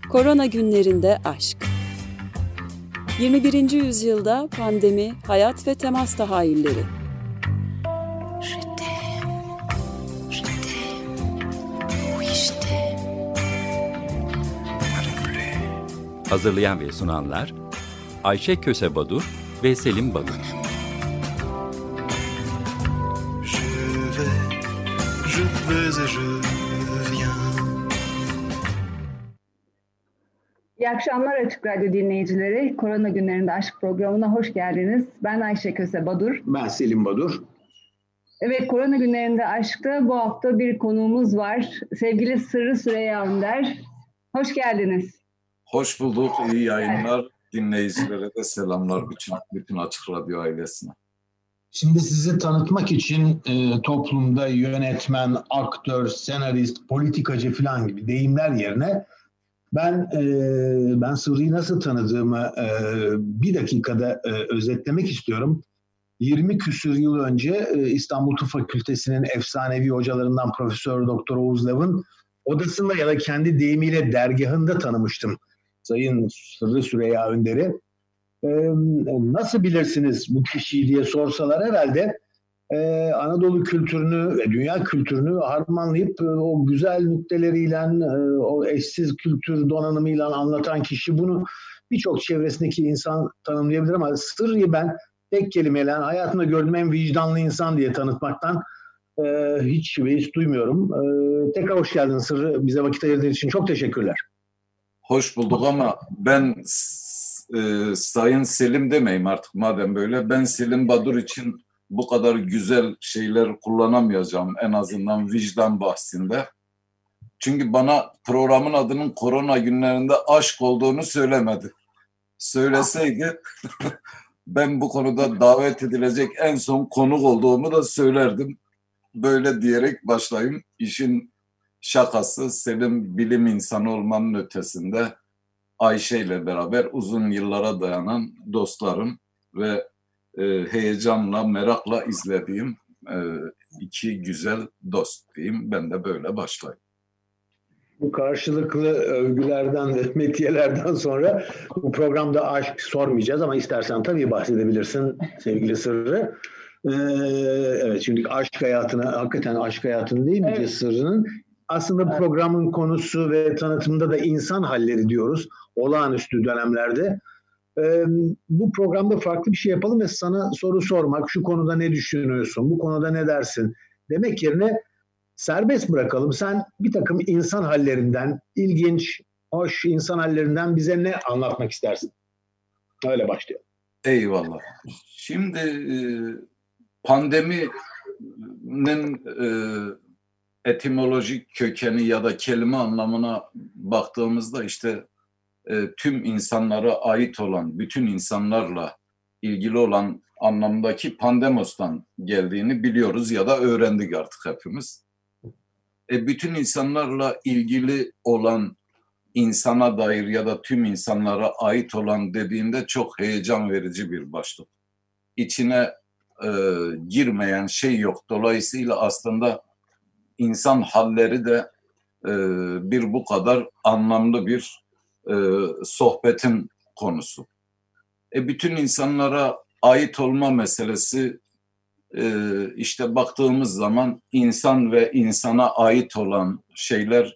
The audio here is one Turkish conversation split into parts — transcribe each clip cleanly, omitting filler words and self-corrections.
Korona günlerinde aşk. 21. yüzyılda pandemi, hayat ve temas tahayyülleri. Hazırlayan ve sunanlar Ayşe Köse Badur ve Selim Badur. İyi akşamlar Açık Radyo dinleyicileri. Korona günlerinde aşk programına hoş geldiniz. Ben Ayşe Köse Badur. Ben Selim Badur. Evet, korona günlerinde aşkta bu hafta bir konuğumuz var. Sevgili Sırrı Süreyya Önder. Hoş geldiniz. Hoş bulduk. İyi yayınlar. Dinleyicilere de selamlar bütün Açık Radyo ailesine. Şimdi sizi tanıtmak için toplumda yönetmen, aktör, senarist, politikacı falan gibi deyimler yerine ben Sırrı'yı nasıl tanıdığımı bir dakikada özetlemek istiyorum. 20 küsur yıl önce İstanbul Tıp Fakültesi'nin efsanevi hocalarından Profesör Doktor Oğuz Lav'ın odasında ya da kendi deyimiyle dergahında tanımıştım Sayın Sırrı Süreyya Önder'i. Nasıl bilirsiniz bu kişiyi diye sorsalar herhalde Anadolu kültürünü ve dünya kültürünü harmanlayıp o güzel nükteleriyle, o eşsiz kültür donanımıyla anlatan kişi, bunu birçok çevresindeki insan tanımlayabilir ama Sırrı'yı ben tek kelimeyle hayatımda gördüğüm en vicdanlı insan diye tanıtmaktan hiç beis duymuyorum. Tekrar hoş geldin Sırrı. Bize vakit ayırdığın için çok teşekkürler. Hoş bulduk ama ben Sayın Selim demeyeyim artık madem böyle. Ben Selim Badur için bu kadar güzel şeyler kullanamayacağım, en azından vicdan bahsinde. Çünkü bana programın adının korona günlerinde aşk olduğunu söylemedi. Söyleseydi ben bu konuda davet edilecek en son konuk olduğumu da söylerdim. Böyle diyerek başlayayım. İşin şakası, Selim bilim insanı olmanın ötesinde Ayşe ile beraber uzun yıllara dayanan dostlarım ve heyecanla, merakla izlediğim iki güzel dost diyeyim. Ben de böyle başlayayım. Bu karşılıklı övgülerden ve metiyelerden sonra bu programda aşk sormayacağız ama istersen tabii bahsedebilirsin sevgili Sırrı. Evet, şimdi aşk hayatına, hakikaten aşk hayatını değil mi evet. Sırrı'nın? Aslında programın konusu ve tanıtımında da insan halleri diyoruz olağanüstü dönemlerde. Bu programda farklı bir şey yapalım ve sana soru sormak, şu konuda ne düşünüyorsun, bu konuda ne dersin demek yerine serbest bırakalım. Sen bir takım insan hallerinden, ilginç, hoş insan hallerinden bize ne anlatmak istersin? Öyle başlayalım. Eyvallah. Şimdi pandeminin etimolojik kökeni ya da kelime anlamına baktığımızda işte tüm insanlara ait olan, bütün insanlarla ilgili olan anlamdaki pandemos'tan geldiğini biliyoruz ya da öğrendik artık hepimiz. Bütün insanlarla ilgili olan, insana dair ya da tüm insanlara ait olan dediğinde çok heyecan verici bir başlık. İçine girmeyen şey yok. Dolayısıyla aslında insan halleri de bir bu kadar anlamlı bir sohbetin konusu. Bütün insanlara ait olma meselesi işte baktığımız zaman insan ve insana ait olan şeyler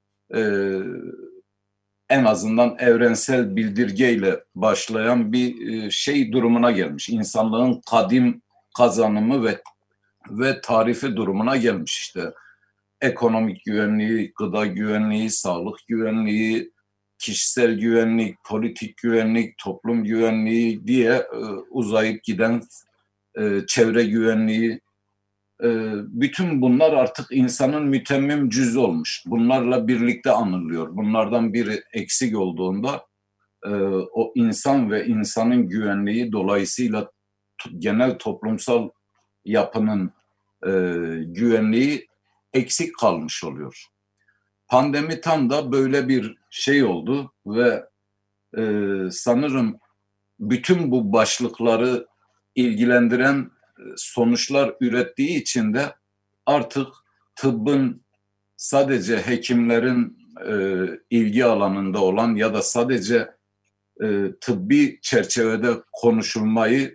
en azından evrensel bildirgeyle başlayan bir şey durumuna gelmiş. İnsanlığın kadim kazanımı ve tarifi durumuna gelmiş işte. Ekonomik güvenliği, gıda güvenliği, sağlık güvenliği, kişisel güvenlik, politik güvenlik, toplum güvenliği diye uzayıp giden çevre güvenliği, bütün bunlar artık insanın mütemmim cüzü olmuş. Bunlarla birlikte anılıyor. Bunlardan biri eksik olduğunda o insan ve insanın güvenliği dolayısıyla genel toplumsal yapının güvenliği eksik kalmış oluyor. Pandemi tam da böyle bir şey oldu ve sanırım bütün bu başlıkları ilgilendiren sonuçlar ürettiği için de artık tıbbın sadece hekimlerin ilgi alanında olan ya da sadece tıbbi çerçevede konuşulmayı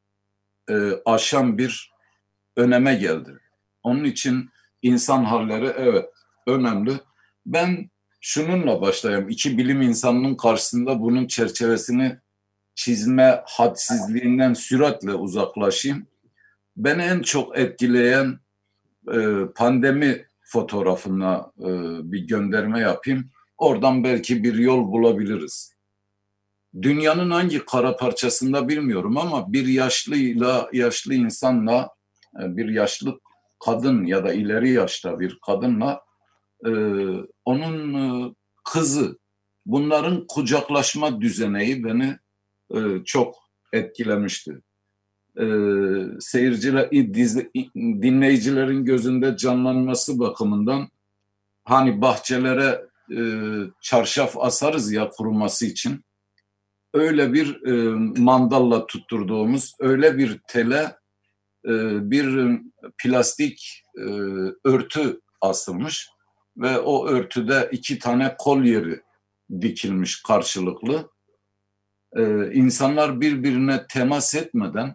aşan bir öneme geldi. Onun için insan halleri evet önemli. Ben şununla başlayayım. İki bilim insanının karşısında bunun çerçevesini çizme hadsizliğinden süratle uzaklaşayım. Beni en çok etkileyen pandemi fotoğrafına bir gönderme yapayım. Oradan belki bir yol bulabiliriz. Dünyanın hangi kara parçasında bilmiyorum ama bir yaşlı insanla bir yaşlı kadın ya da ileri yaşta bir kadınla onun kızı, bunların kucaklaşma düzeneği beni çok etkilemişti. Seyirciler, dinleyicilerin gözünde canlanması bakımından hani bahçelere çarşaf asarız ya kuruması için, öyle bir mandalla tutturduğumuz, öyle bir tele bir plastik örtü asılmış ve o örtüde 2 tane kol yeri dikilmiş karşılıklı. İnsanlar birbirine temas etmeden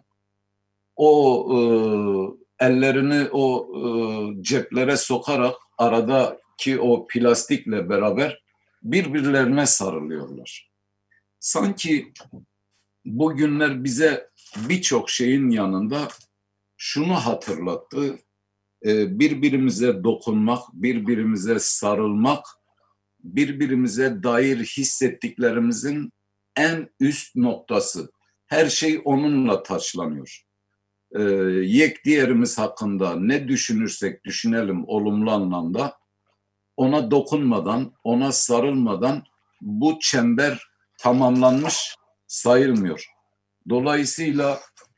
o ellerini o ceplere sokarak aradaki o plastikle beraber birbirlerine sarılıyorlar. Sanki bu günler bize birçok şeyin yanında şunu hatırlattı. Birbirimize dokunmak, birbirimize sarılmak, birbirimize dair hissettiklerimizin en üst noktası. Her şey onunla taçlanıyor. Yek diğerimiz hakkında ne düşünürsek düşünelim olumlu anlamda, ona dokunmadan, ona sarılmadan bu çember tamamlanmış sayılmıyor. Dolayısıyla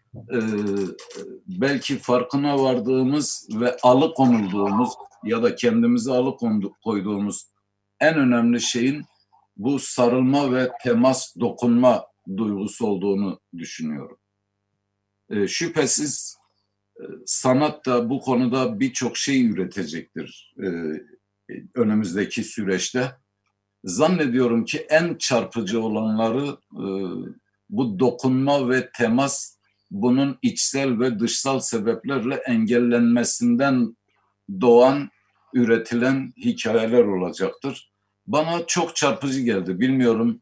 belki farkına vardığımız ve alıkonulduğumuz ya da kendimizi alıkoyduğumuz en önemli şeyin bu sarılma ve temas, dokunma duygusu olduğunu düşünüyorum. Şüphesiz sanat da bu konuda birçok şey üretecektir önümüzdeki süreçte. Zannediyorum ki en çarpıcı olanları bu dokunma ve temas, bunun içsel ve dışsal sebeplerle engellenmesinden doğan, üretilen hikayeler olacaktır. Bana çok çarpıcı geldi. Bilmiyorum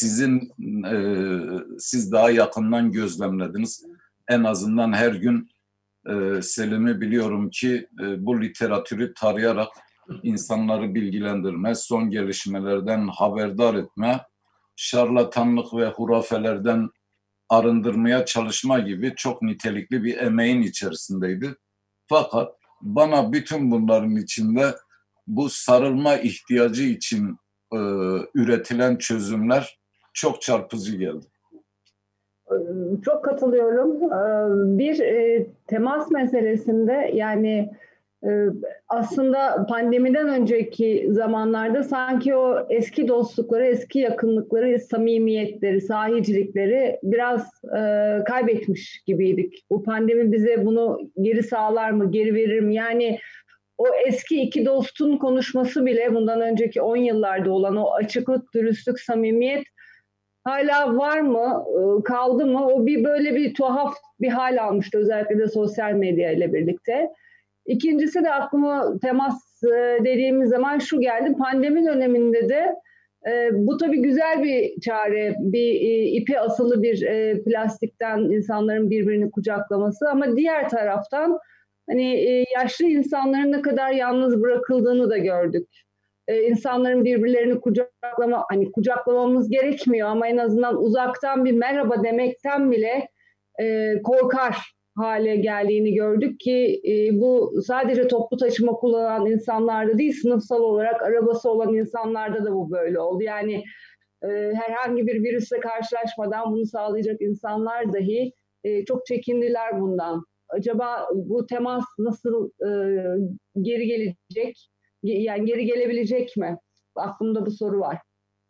siz daha yakından gözlemlediniz. En azından her gün Selim'i biliyorum ki bu literatürü tarayarak insanları bilgilendirme, son gelişmelerden haberdar etme, şarlatanlık ve hurafelerden arındırmaya çalışma gibi çok nitelikli bir emeğin içerisindeydi. Fakat bana bütün bunların içinde bu sarılma ihtiyacı için üretilen çözümler çok çarpıcı geldi. Çok katılıyorum. Bir temas meselesinde yani aslında pandemiden önceki zamanlarda sanki o eski dostlukları, eski yakınlıkları, samimiyetleri, sahicilikleri biraz kaybetmiş gibiydik. Bu pandemi bize bunu geri sağlar mı, geri verir mi? Yani o eski iki dostun konuşması bile bundan önceki 10 yıllarda olan o açıklık, dürüstlük, samimiyet hala var mı, kaldı mı? O böyle bir tuhaf bir hal almıştı özellikle de sosyal medya ile birlikte. İkincisi de aklıma temas dediğimiz zaman şu geldi. Pandemi döneminde de bu tabii güzel bir çare. Bir ipi asılı bir plastikten insanların birbirini kucaklaması ama diğer taraftan hani yaşlı insanların ne kadar yalnız bırakıldığını da gördük. İnsanların birbirlerini kucaklamamız gerekmiyor ama en azından uzaktan bir merhaba demekten bile korkar hale geldiğini gördük ki bu sadece toplu taşıma kullanan insanlarda değil, sınıfsal olarak arabası olan insanlarda da bu böyle oldu. Yani herhangi bir virüsle karşılaşmadan bunu sağlayacak insanlar dahi çok çekindiler bundan. Acaba bu temas nasıl geri gelecek? Yani geri gelebilecek mi? Aklımda bu soru var.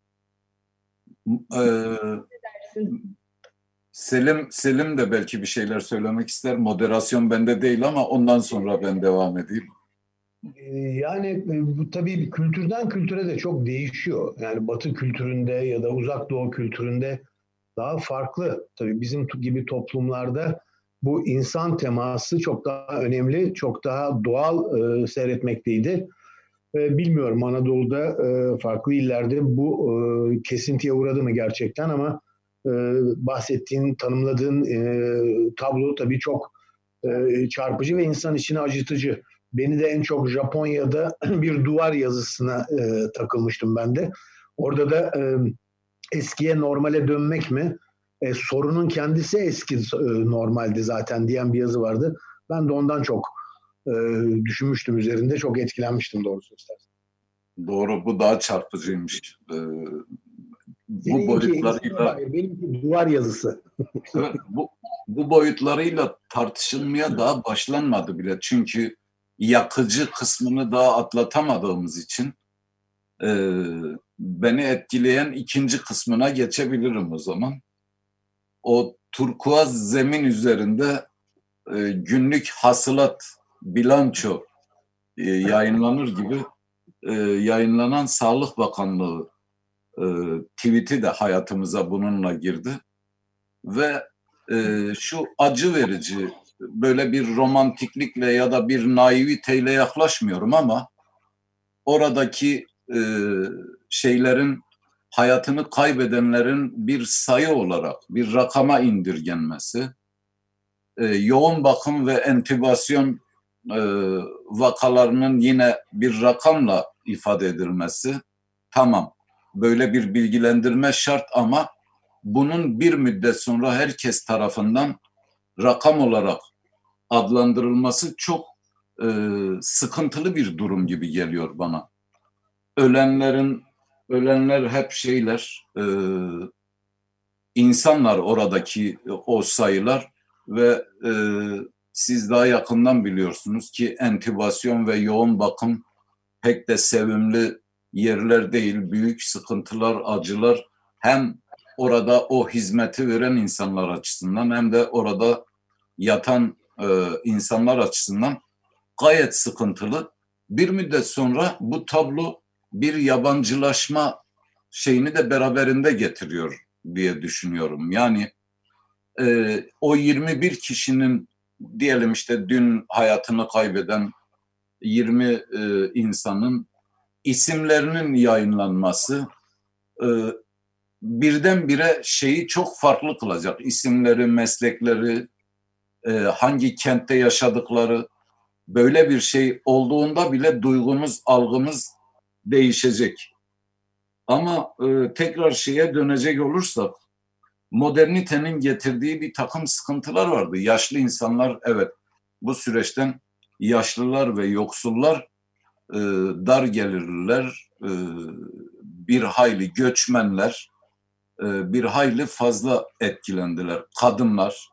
Ne dersin? Selim de belki bir şeyler söylemek ister. Moderasyon bende değil ama ondan sonra ben devam edeyim. Yani bu tabii kültürden kültüre de çok değişiyor. Yani Batı kültüründe ya da Uzak Doğu kültüründe daha farklı. Tabii bizim gibi toplumlarda bu insan teması çok daha önemli, çok daha doğal seyretmekteydi. Bilmiyorum Anadolu'da farklı illerde bu kesintiye uğradı mı gerçekten ama bahsettiğin, tanımladığın tablo tabii çok çarpıcı ve insan içine acıtıcı. Beni de en çok Japonya'da bir duvar yazısına takılmıştım ben de. Orada da eskiye normale dönmek mi? Sorunun kendisi eski normaldi zaten diyen bir yazı vardı. Ben de ondan çok düşünmüştüm üzerinde. Çok etkilenmiştim doğrusu istersen. Doğru, bu daha çarpıcıymış. Bu Seninki boyutlarıyla benimki duvar yazısı. evet, bu boyutlarıyla tartışılmaya daha başlanmadı bile. Çünkü yakıcı kısmını daha atlatamadığımız için beni etkileyen ikinci kısmına geçebilirim o zaman. O turkuaz zemin üzerinde günlük hasılat, bilanço yayınlanır gibi yayınlanan Sağlık Bakanlığı tweet'i de hayatımıza bununla girdi. Ve şu acı verici, böyle bir romantiklikle ya da bir naiviteyle yaklaşmıyorum ama oradaki şeylerin, hayatını kaybedenlerin bir sayı olarak bir rakama indirgenmesi, yoğun bakım ve entübasyon vakalarının yine bir rakamla ifade edilmesi, tamam, böyle bir bilgilendirme şart ama bunun bir müddet sonra herkes tarafından rakam olarak adlandırılması çok sıkıntılı bir durum gibi geliyor bana. Ölenler hep şeyler, insanlar oradaki o sayılar ve siz daha yakından biliyorsunuz ki entübasyon ve yoğun bakım pek de sevimli yerler değil, büyük sıkıntılar, acılar hem orada o hizmeti veren insanlar açısından hem de orada yatan insanlar açısından gayet sıkıntılı. Bir müddet sonra bu tablo bir yabancılaşma şeyini de beraberinde getiriyor diye düşünüyorum. Yani o 21 kişinin diyelim işte dün hayatını kaybeden 20 insanın isimlerinin yayınlanması birdenbire şeyi çok farklı kılacak. İsimleri, meslekleri, hangi kentte yaşadıkları, böyle bir şey olduğunda bile duygumuz, algımız değişecek. Ama tekrar şeye dönecek olursak, modernitenin getirdiği bir takım sıkıntılar vardı. Yaşlı insanlar, evet, bu süreçten yaşlılar ve yoksullar, dar gelirliler, bir hayli göçmenler, bir hayli fazla etkilendiler. Kadınlar,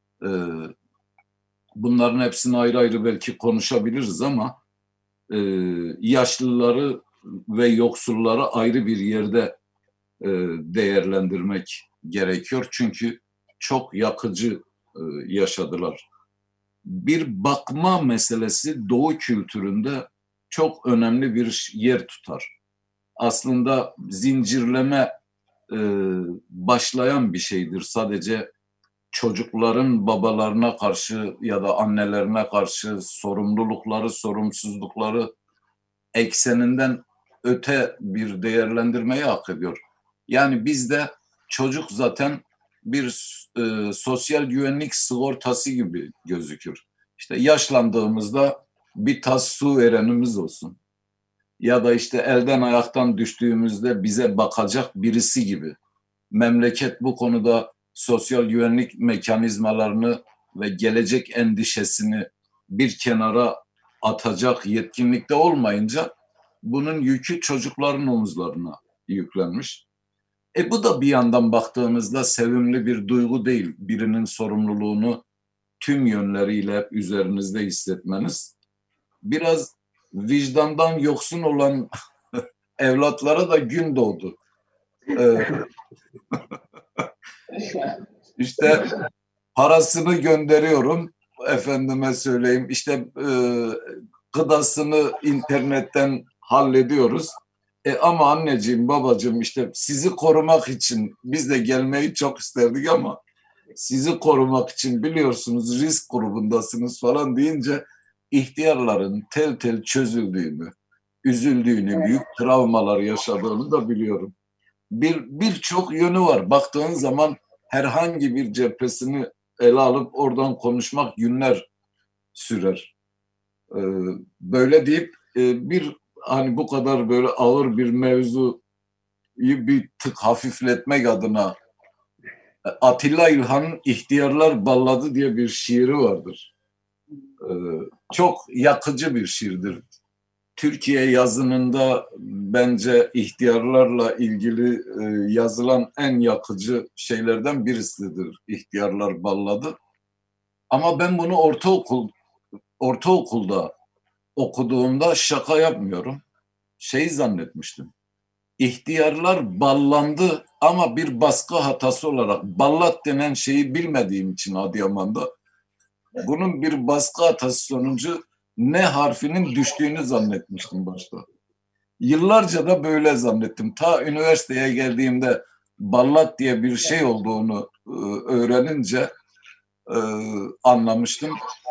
bunların hepsini ayrı ayrı belki konuşabiliriz ama yaşlıları ve yoksulları ayrı bir yerde değerlendirmek gerekiyor. Çünkü çok yakıcı yaşadılar. Bir bakma meselesi Doğu kültüründe çok önemli bir yer tutar. Aslında zincirleme başlayan bir şeydir. Sadece çocukların babalarına karşı ya da annelerine karşı sorumlulukları, sorumsuzlukları ekseninden öte bir değerlendirmeyi hak ediyor. Yani bizde çocuk zaten bir sosyal güvenlik sigortası gibi gözükür. İşte yaşlandığımızda bir tas su verenimiz olsun. Ya da işte elden ayaktan düştüğümüzde bize bakacak birisi gibi. Memleket bu konuda sosyal güvenlik mekanizmalarını ve gelecek endişesini bir kenara atacak yetkinlikte olmayınca bunun yükü çocukların omuzlarına yüklenmiş. Bu da bir yandan baktığımızda sevimli bir duygu değil. Birinin sorumluluğunu tüm yönleriyle üzerinizde hissetmeniz. Biraz vicdandan yoksun olan evlatlara da gün doğdu. İşte parasını gönderiyorum, efendime söyleyeyim, işte gıdasını internetten hallediyoruz. Ama anneciğim, babacığım, işte sizi korumak için biz de gelmeyi çok isterdik ama sizi korumak için biliyorsunuz risk grubundasınız falan deyince ihtiyarların tel tel çözüldüğünü, üzüldüğünü, büyük travmalar yaşadığını da biliyorum. Birçok yönü var. Baktığın zaman herhangi bir cephesini ele alıp oradan konuşmak günler sürer. Böyle deyip hani bu kadar böyle ağır bir mevzuyu bir tık hafifletmek adına Atilla İlhan'ın İhtiyarlar Balladı diye bir şiiri vardır. Çok yakıcı bir şiirdir. Türkiye yazınında bence ihtiyarlarla ilgili yazılan en yakıcı şeylerden birisidir İhtiyarlar Balladı. Ama ben bunu ortaokulda okuduğumda şaka yapmıyorum. Zannetmiştim. İhtiyarlar ballandı ama bir baskı hatası olarak ballat denen şeyi bilmediğim için Adıyaman'da bunun bir baskı hatası sonucu ne harfinin düştüğünü zannetmiştim başta. Yıllarca da böyle zannettim. Ta üniversiteye geldiğimde ballat diye bir şey olduğunu öğrenince anlamıştım.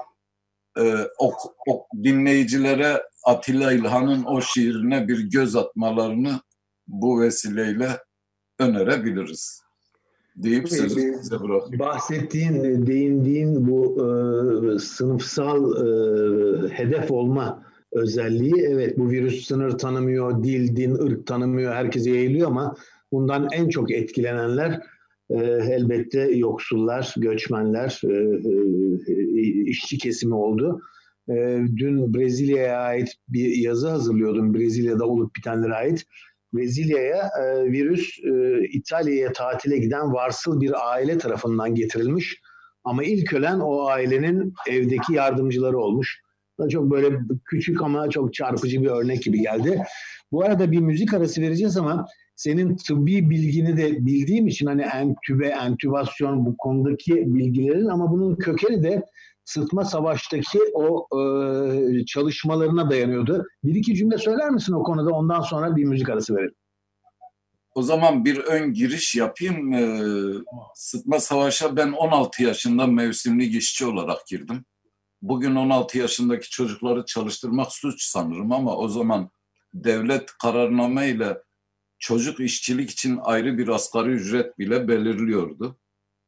Dinleyicilere Atilla İlhan'ın o şiirine bir göz atmalarını bu vesileyle önerebiliriz deyip sözü size bırakıyorum. Bahsettiğin, değindiğin bu sınıfsal hedef olma özelliği, evet, bu virüs sınır tanımıyor, dil, din, ırk tanımıyor, herkese yayılıyor ama bundan en çok etkilenenler elbette yoksullar, göçmenler, işçi kesimi oldu. Dün Brezilya'ya ait bir yazı hazırlıyordum, Brezilya'da olup bitenlere ait. Brezilya'ya virüs İtalya'ya tatile giden varsıl bir aile tarafından getirilmiş ama ilk ölen o ailenin evdeki yardımcıları olmuş. Çok böyle küçük ama çok çarpıcı bir örnek gibi geldi. Bu arada bir müzik arası vereceğiz ama senin tıbbi bilgini de bildiğim için hani entübe, entübasyon bu konudaki bilgilerin ama bunun kökeni de Sıtma Savaş'taki o çalışmalarına dayanıyordu. Bir iki cümle söyler misin o konuda? Ondan sonra bir müzik arası verelim. O zaman bir ön giriş yapayım. Sıtma Savaş'a ben 16 yaşında mevsimlik işçi olarak girdim. Bugün 16 yaşındaki çocukları çalıştırmak suç sanırım ama o zaman devlet kararnameyle çocuk işçilik için ayrı bir asgari ücret bile belirliyordu.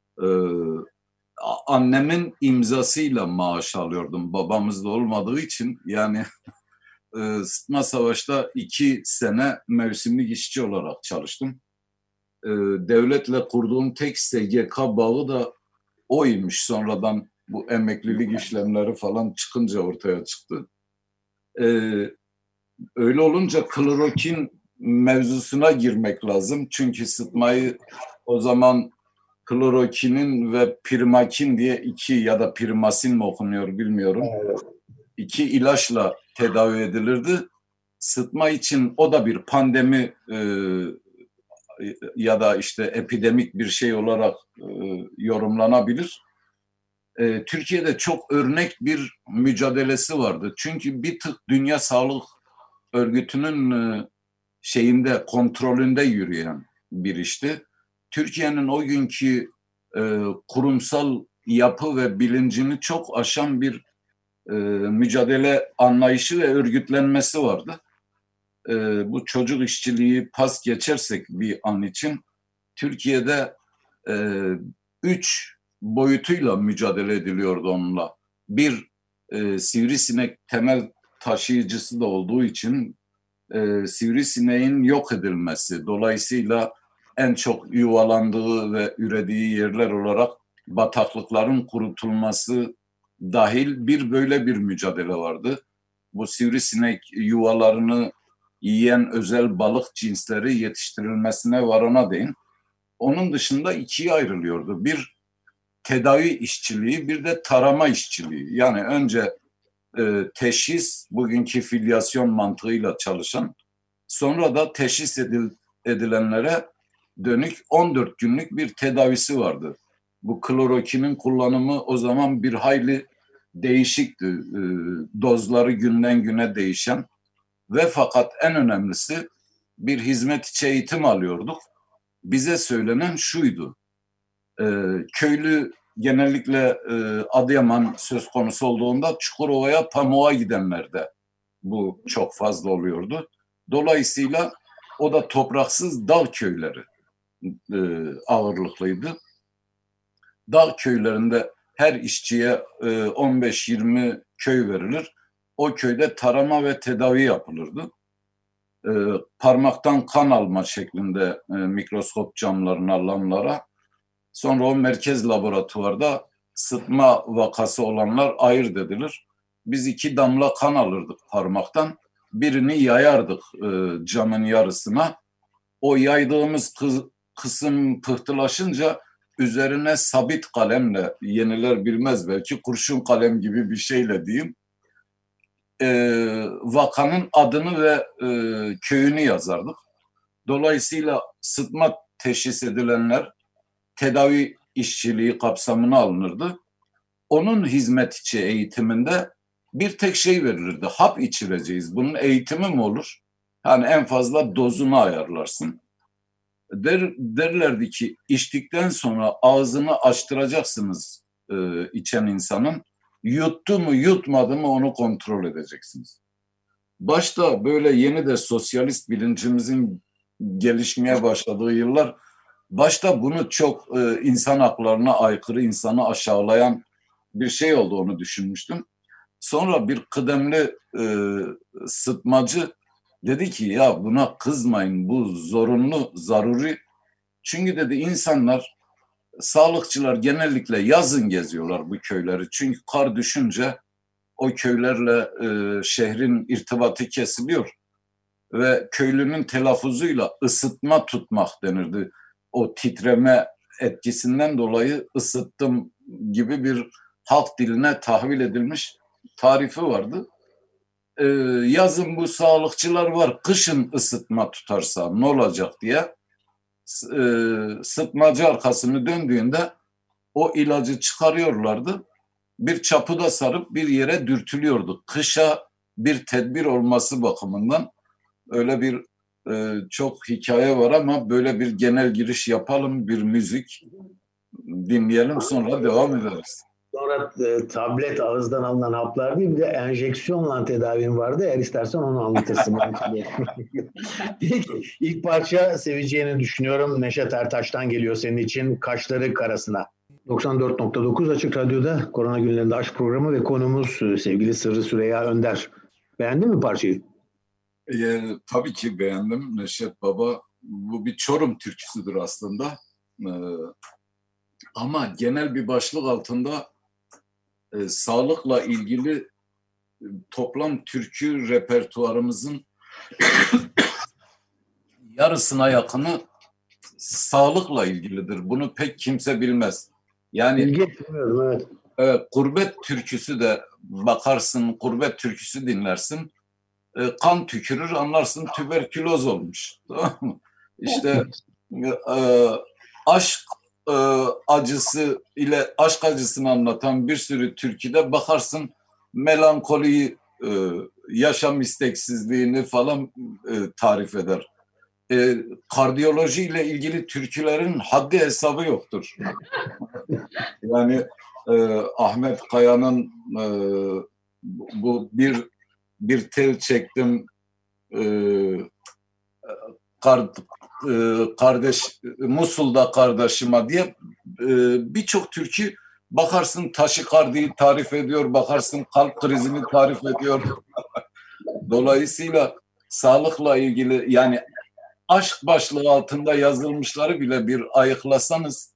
Annemin imzasıyla maaş alıyordum. Babamız da olmadığı için yani Sıtma Savaş'ta 2 sene mevsimlik işçi olarak çalıştım. Devletle kurduğum tek SGK bağı da oymuş. Sonradan bu emeklilik işlemleri falan çıkınca ortaya çıktı. Öyle olunca klorokin mevzusuna girmek lazım. Çünkü sıtmayı o zaman klorokinin ve primakin diye 2 ya da primasin mi okunuyor bilmiyorum. 2 ilaçla tedavi edilirdi. Sıtma için o da bir pandemi ya da işte epidemik bir şey olarak yorumlanabilir. Türkiye'de çok örnek bir mücadelesi vardı. Çünkü bir tık Dünya Sağlık Örgütü'nün kontrolünde yürüyen bir işti. Türkiye'nin o günkü kurumsal yapı ve bilincini çok aşan bir mücadele anlayışı ve örgütlenmesi vardı. Bu çocuk işçiliği pas geçersek bir an için Türkiye'de 3 boyutuyla mücadele ediliyordu onunla. Bir, sivrisinek temel taşıyıcısı da olduğu için sivrisineğin yok edilmesi, dolayısıyla en çok yuvalandığı ve ürediği yerler olarak bataklıkların kurutulması dahil böyle bir mücadele vardı. Bu sivrisinek yuvalarını yiyen özel balık cinsleri yetiştirilmesine varana değin. Onun dışında 2'ye ayrılıyordu. Bir, tedavi işçiliği, bir de tarama işçiliği. Yani önce teşhis, bugünkü filyasyon mantığıyla çalışan, sonra da teşhis edilenlere dönük 14 günlük bir tedavisi vardı. Bu klorokinin kullanımı o zaman bir hayli değişikti. Dozları günden güne değişen ve fakat en önemlisi bir hizmet içi eğitim alıyorduk. Bize söylenen şuydu. Köylü genellikle Adıyaman söz konusu olduğunda Çukurova'ya, pamuğa gidenlerde bu çok fazla oluyordu. Dolayısıyla o da topraksız dağ köyleri ağırlıklıydı. Dağ köylerinde her işçiye 15-20 köy verilir. O köyde tarama ve tedavi yapılırdı. Parmaktan kan alma şeklinde mikroskop camlarına, lamlara. Sonra o merkez laboratuvarda sıtma vakası olanlar ayırt edilir. Biz 2 damla kan alırdık parmaktan. Birini yayardık camın yarısına. O yaydığımız kısım pıhtılaşınca üzerine sabit kalemle, yeniler bilmez belki, kurşun kalem gibi bir şeyle diyeyim, vakanın adını ve köyünü yazardık. Dolayısıyla sıtma teşhis edilenler tedavi işçiliği kapsamına alınırdı. Onun hizmet içi eğitiminde bir tek şey verilirdi. Hap içireceğiz. Bunun eğitimi mi olur? Yani en fazla dozunu ayarlarsın. Derlerdi ki içtikten sonra ağzını açtıracaksınız içen insanın. Yuttu mu yutmadı mı onu kontrol edeceksiniz. Başta böyle yeni de sosyalist bilincimizin gelişmeye başladığı yıllar, başta bunu çok insan haklarına aykırı, insanı aşağılayan bir şey oldu, onu düşünmüştüm. Sonra bir kıdemli sıtmacı dedi ki ya buna kızmayın, bu zorunlu, zaruri. Çünkü dedi insanlar, sağlıkçılar genellikle yazın geziyorlar bu köyleri. Çünkü kar düşünce o köylerle şehrin irtibatı kesiliyor. Ve köylünün telaffuzuyla ısıtma tutmak denirdi. O titreme etkisinden dolayı ısıttım gibi bir halk diline tahvil edilmiş tarifi vardı. Yazın bu sağlıkçılar var, kışın ısıtma tutarsa ne olacak diye sıtmacı arkasını döndüğünde o ilacı çıkarıyorlardı. Bir çapıda sarıp bir yere dürtülüyordu. Kışa bir tedbir olması bakımından öyle bir çok hikaye var ama böyle bir genel giriş yapalım, bir müzik dinleyelim, sonra devam ederiz. Sonra tablet, ağızdan alınan haplar değil, bir de enjeksiyonla tedavin vardı. Eğer istersen onu anlatırsın. Peki, ilk parça seveceğini düşünüyorum. Neşet Ertaş'tan geliyor senin için, Kaşları Karasına. 94.9 Açık Radyo'da Korona Günlerinde Aşk programı ve konumuz sevgili Sırrı Süreyya Önder. Beğendin mi parçayı? Tabii ki beğendim. Neşet Baba, bu bir Çorum türküsüdür aslında. Ama genel bir başlık altında sağlıkla ilgili toplam türkü repertuarımızın yarısına yakını sağlıkla ilgilidir. Bunu pek kimse bilmez. Yani evet, gurbet türküsü de bakarsın, gurbet türküsü dinlersin, kan tükürür, anlarsın tüberküloz olmuş. Tamam mı? İşte aşk acısı ile aşk acısını anlatan bir sürü türküde bakarsın melankoliyi, yaşam isteksizliğini falan tarif eder. Kardiyoloji ile ilgili türkülerin haddi hesabı yoktur. Yani Ahmet Kaya'nın bu bir tel çektim kardeş Musul'da kardeşime diye birçok türkü bakarsın taşikardiyi tarif ediyor, bakarsın kalp krizini tarif ediyor. Dolayısıyla sağlıkla ilgili, yani aşk başlığı altında yazılmışları bile bir ayıklasanız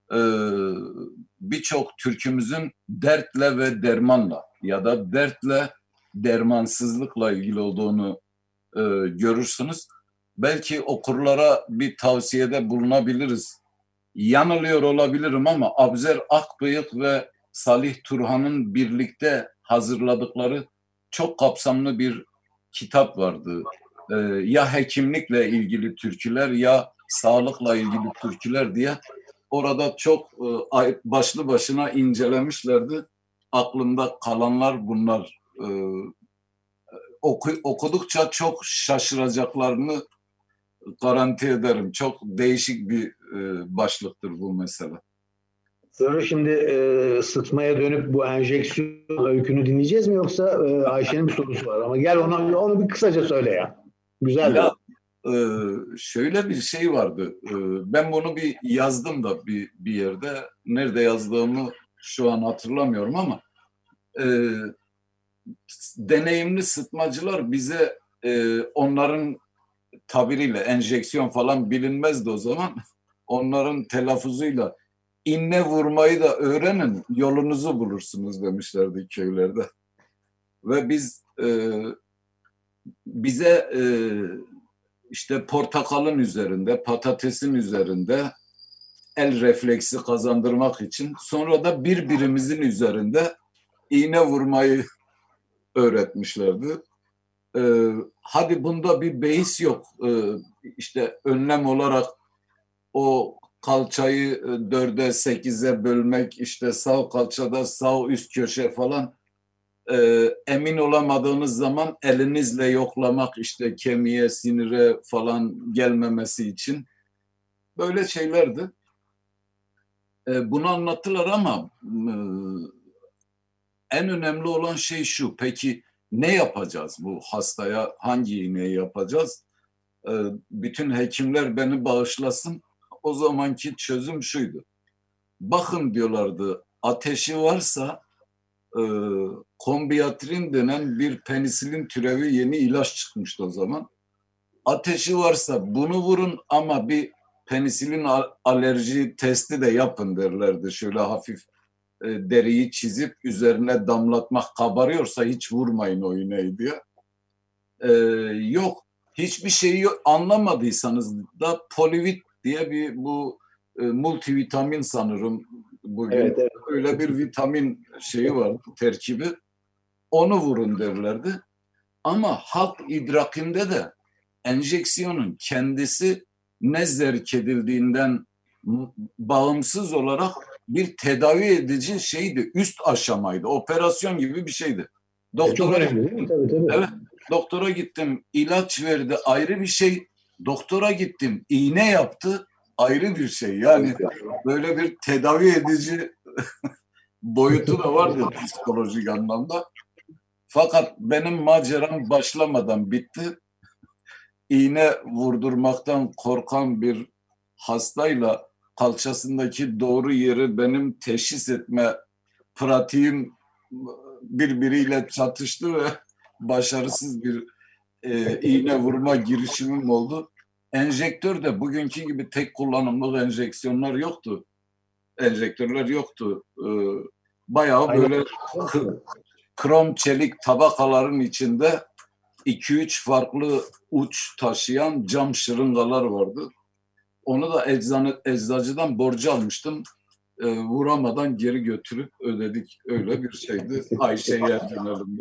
birçok türkümüzün dertle ve dermanla ya da dertle dermansızlıkla ilgili olduğunu görürsünüz. Belki okurlara bir tavsiyede bulunabiliriz. Yanılıyor olabilirim ama Abzer Akbıyık ve Salih Turhan'ın birlikte hazırladıkları çok kapsamlı bir kitap vardı. Ya hekimlikle ilgili türküler ya sağlıkla ilgili türküler diye orada çok başlı başına incelemişlerdi. aklımda kalanlar bunlar. Okudukça çok şaşıracaklarını garanti ederim. Çok değişik bir başlıktır bu mesele. Sonra şimdi sıtmaya dönüp bu enjeksiyon öykünü dinleyeceğiz mi, yoksa Ayşe'nin bir sorusu var ama gel onu bir kısaca söyle ya. Güzel. Ya şöyle bir şey vardı. Ben bunu bir yazdım da bir yerde. Nerede yazdığımı şu an hatırlamıyorum ama deneyimli sıtmacılar bize onların tabiriyle enjeksiyon falan bilinmezdi o zaman. Onların telaffuzuyla inne vurmayı da öğrenin, yolunuzu bulursunuz demişlerdi köylerde. Ve bize işte portakalın üzerinde, patatesin üzerinde el refleksi kazandırmak için, sonra da birbirimizin üzerinde iğne vurmayı öğretmişlerdi. Hadi bunda bir beis yok. İşte önlem olarak o kalçayı 4'e 8'e bölmek, işte sağ kalçada sağ üst köşe falan, emin olamadığınız zaman elinizle yoklamak, işte kemiğe, sinire falan gelmemesi için, böyle şeylerdi. Bunu anlattılar ama en önemli olan şey şu: peki ne yapacağız bu hastaya, hangi iğneyi yapacağız? Bütün hekimler beni bağışlasın, o zamanki çözüm şuydu: bakın diyorlardı, ateşi varsa kombiyatrin denen bir penisilin türevi yeni ilaç çıkmıştı o zaman. Ateşi varsa bunu vurun ama bir penisilin alerji testi de yapın derlerdi. Şöyle hafif deriyi çizip üzerine damlatmak, kabarıyorsa hiç vurmayın o iğneyi diye. Yok, hiçbir şeyi anlamadıysanız da polivit diye bir bu multivitamin sanırım bugün. Evet. Öyle bir vitamin şeyi var, terkibi. Onu vurun derlerdi. Ama halk idrakinde de enjeksiyonun kendisi ne zerk edildiğinden bağımsız olarak bir tedavi edici şeydi, üst aşamaydı, operasyon gibi bir şeydi. Doktora gittim, tabii. Evet, doktora gittim, ilaç verdi, ayrı bir şey. Doktora gittim, iğne yaptı, ayrı bir şey. Yani böyle bir tedavi edici boyutu da vardı psikolojik anlamda. Fakat benim maceram başlamadan bitti. İğne vurdurmaktan korkan bir hastayla kalçasındaki doğru yeri benim teşhis etme pratiğim birbiriyle çatıştı ve başarısız bir iğne vurma girişimim oldu. Enjektör de bugünkü gibi tek kullanımlık enjeksiyonlar yoktu. Enjektörler yoktu. Bayağı böyle krom çelik tabakaların içinde 2-3 farklı uç taşıyan cam şırıngalar vardı. Onu da eczacıdan borcu almıştım. Vuramadan geri götürüp ödedik. Öyle bir şeydi. Ayşe'ye dönelim.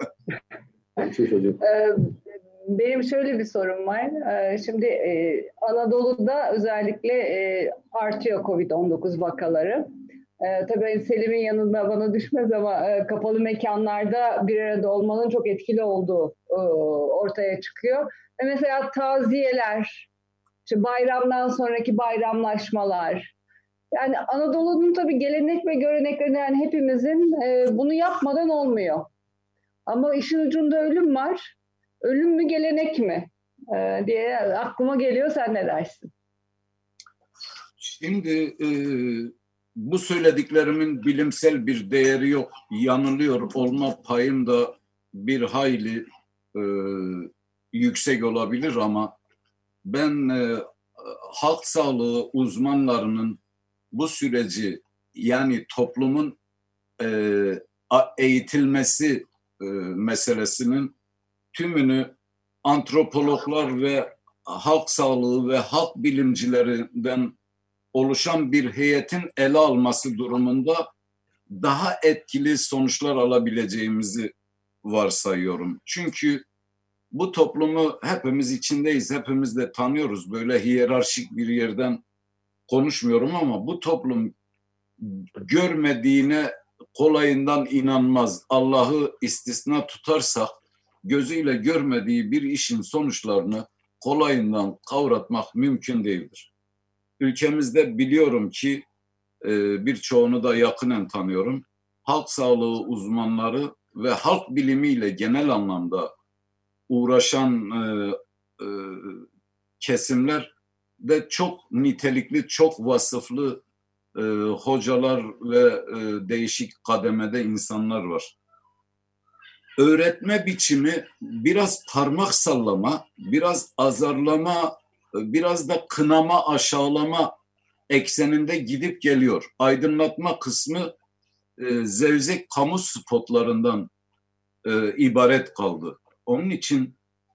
Benim şöyle bir sorum var. Şimdi Anadolu'da özellikle artıyor COVID-19 vakaları. Tabii Selim'in yanında bana düşmez ama kapalı mekanlarda bir arada olmanın çok etkili olduğu ortaya çıkıyor. Ve mesela taziyeler, işte bayramdan sonraki bayramlaşmalar. Yani Anadolu'nun tabii gelenek ve göreneklerinde, yani hepimizin bunu yapmadan olmuyor. Ama işin ucunda ölüm var. Ölüm mü gelenek mi diye aklıma geliyor. Sen ne dersin? Şimdi bu söylediklerimin bilimsel bir değeri yok. Yanılıyor olma payım da bir hayli yüksek olabilir ama ben halk sağlığı uzmanlarının bu süreci, yani toplumun eğitilmesi meselesinin tümünü antropologlar ve halk sağlığı ve halk bilimcilerinden oluşan bir heyetin ele alması durumunda daha etkili sonuçlar alabileceğimizi varsayıyorum. Çünkü bu toplumu hepimiz içindeyiz, hepimiz de tanıyoruz. Böyle hiyerarşik bir yerden konuşmuyorum ama bu toplum görmediğine kolayından inanmaz, Allah'ı istisna tutarsak gözüyle görmediği bir işin sonuçlarını kolayından kavratmak mümkün değildir. Ülkemizde biliyorum ki birçoğunu da yakinen tanıyorum. Halk sağlığı uzmanları ve halk bilimiyle genel anlamda uğraşan kesimler de çok nitelikli, çok vasıflı hocalar ve değişik kademede insanlar var. Öğretme biçimi biraz parmak sallama, biraz azarlama, biraz da kınama, aşağılama ekseninde gidip geliyor. Aydınlatma kısmı zevzek kamu spotlarından ibaret kaldı. Onun için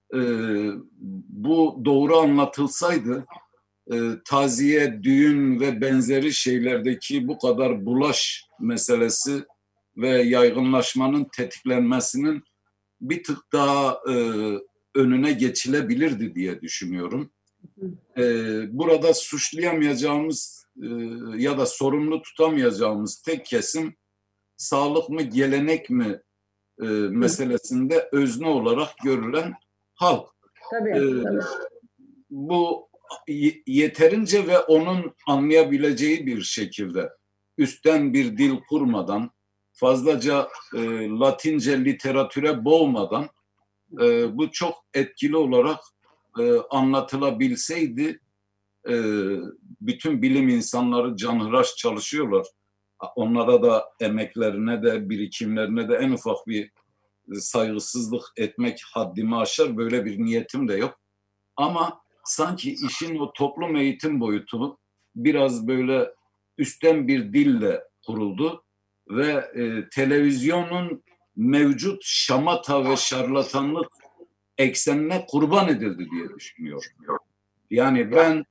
bu doğru anlatılsaydı taziye, düğün ve benzeri şeylerdeki bu kadar bulaş meselesi ve yaygınlaşmanın tetiklenmesinin bir tık daha önüne geçilebilirdi diye düşünüyorum. Burada suçlayamayacağımız ya da sorumlu tutamayacağımız tek kesim sağlık mı gelenek mi meselesinde özne olarak görülen halk. Tabii. Bu yeterince ve onun anlayabileceği bir şekilde üstten bir dil kurmadan, fazlaca Latince literatüre boğmadan bu çok etkili olarak anlatılabilseydi, bütün bilim insanları canhıraş çalışıyorlar. Onlara da emeklerine de birikimlerine de en ufak bir saygısızlık etmek haddimi aşar. Böyle bir niyetim de yok. Ama sanki işin o toplum eğitim boyutu biraz böyle üstten bir dille kuruldu ve televizyonun mevcut şamata ve şarlatanlık eksenine kurban edildi diye düşünüyorum. Yani ben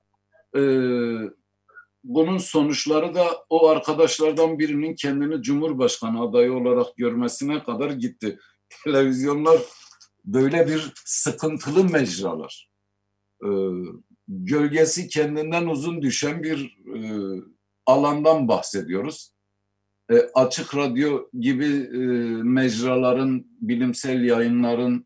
bunun sonuçları da o arkadaşlardan birinin kendini Cumhurbaşkanı adayı olarak görmesine kadar gitti. Televizyonlar böyle bir sıkıntılı mecralar. Gölgesi kendinden uzun düşen bir alandan bahsediyoruz. Açık Radyo gibi mecraların, bilimsel yayınların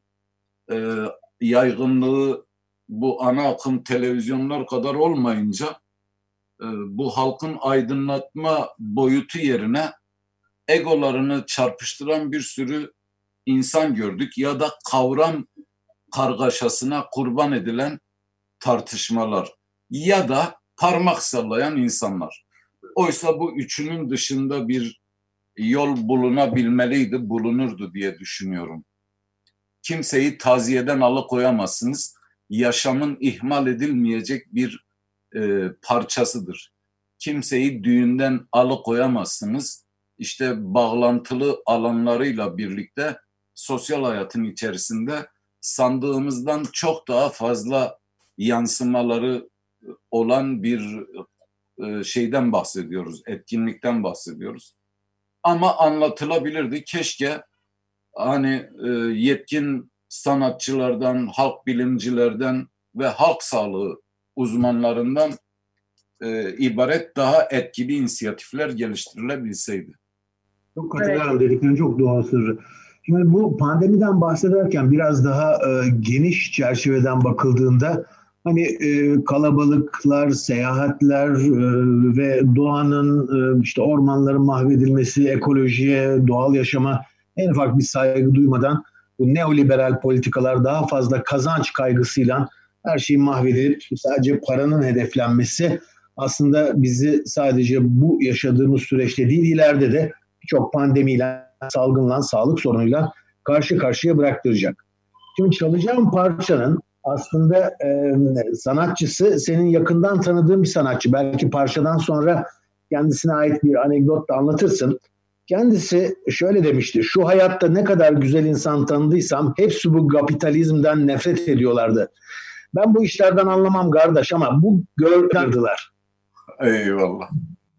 yaygınlığı bu ana akım televizyonlar kadar olmayınca bu halkın aydınlatma boyutu yerine egolarını çarpıştıran bir sürü insan gördük ya da kavram kargaşasına kurban edilen tartışmalar ya da parmak sallayan insanlar. Oysa bu üçünün dışında bir yol bulunabilmeliydi, bulunurdu diye düşünüyorum. Kimseyi taziyeden alıkoyamazsınız. Yaşamın ihmal edilmeyecek bir parçasıdır. Kimseyi düğünden alıkoyamazsınız. İşte bağlantılı alanlarıyla birlikte sosyal hayatın içerisinde sandığımızdan çok daha fazla yansımaları olan bir şeyden bahsediyoruz, etkinlikten bahsediyoruz. Ama anlatılabilirdi. Keşke hani yetkin sanatçılardan, halk bilimcilerden ve halk sağlığı uzmanlarından ibaret daha etkili inisiyatifler geliştirilebilseydi. Çok katılıyorum, dediklerin çok doğal sırrı. Şimdi bu pandemiden bahsederken biraz daha geniş çerçeveden bakıldığında hani kalabalıklar, seyahatler ve doğanın işte ormanların mahvedilmesi, ekolojiye, doğal yaşama en ufak bir saygı duymadan bu neoliberal politikalar daha fazla kazanç kaygısıyla her şeyi mahvedip sadece paranın hedeflenmesi aslında bizi sadece bu yaşadığımız süreçte değil ileride de birçok pandemiyle, salgınla, sağlık sorunuyla karşı karşıya bıraktıracak. Şimdi çalacağım parçanın aslında sanatçısı senin yakından tanıdığın bir sanatçı. Belki parçadan sonra kendisine ait bir anekdot da anlatırsın. Kendisi şöyle demişti: şu hayatta ne kadar güzel insan tanıdıysam hepsi bu kapitalizmden nefret ediyorlardı. Ben bu işlerden anlamam kardeş ama bu gördüler. Eyvallah.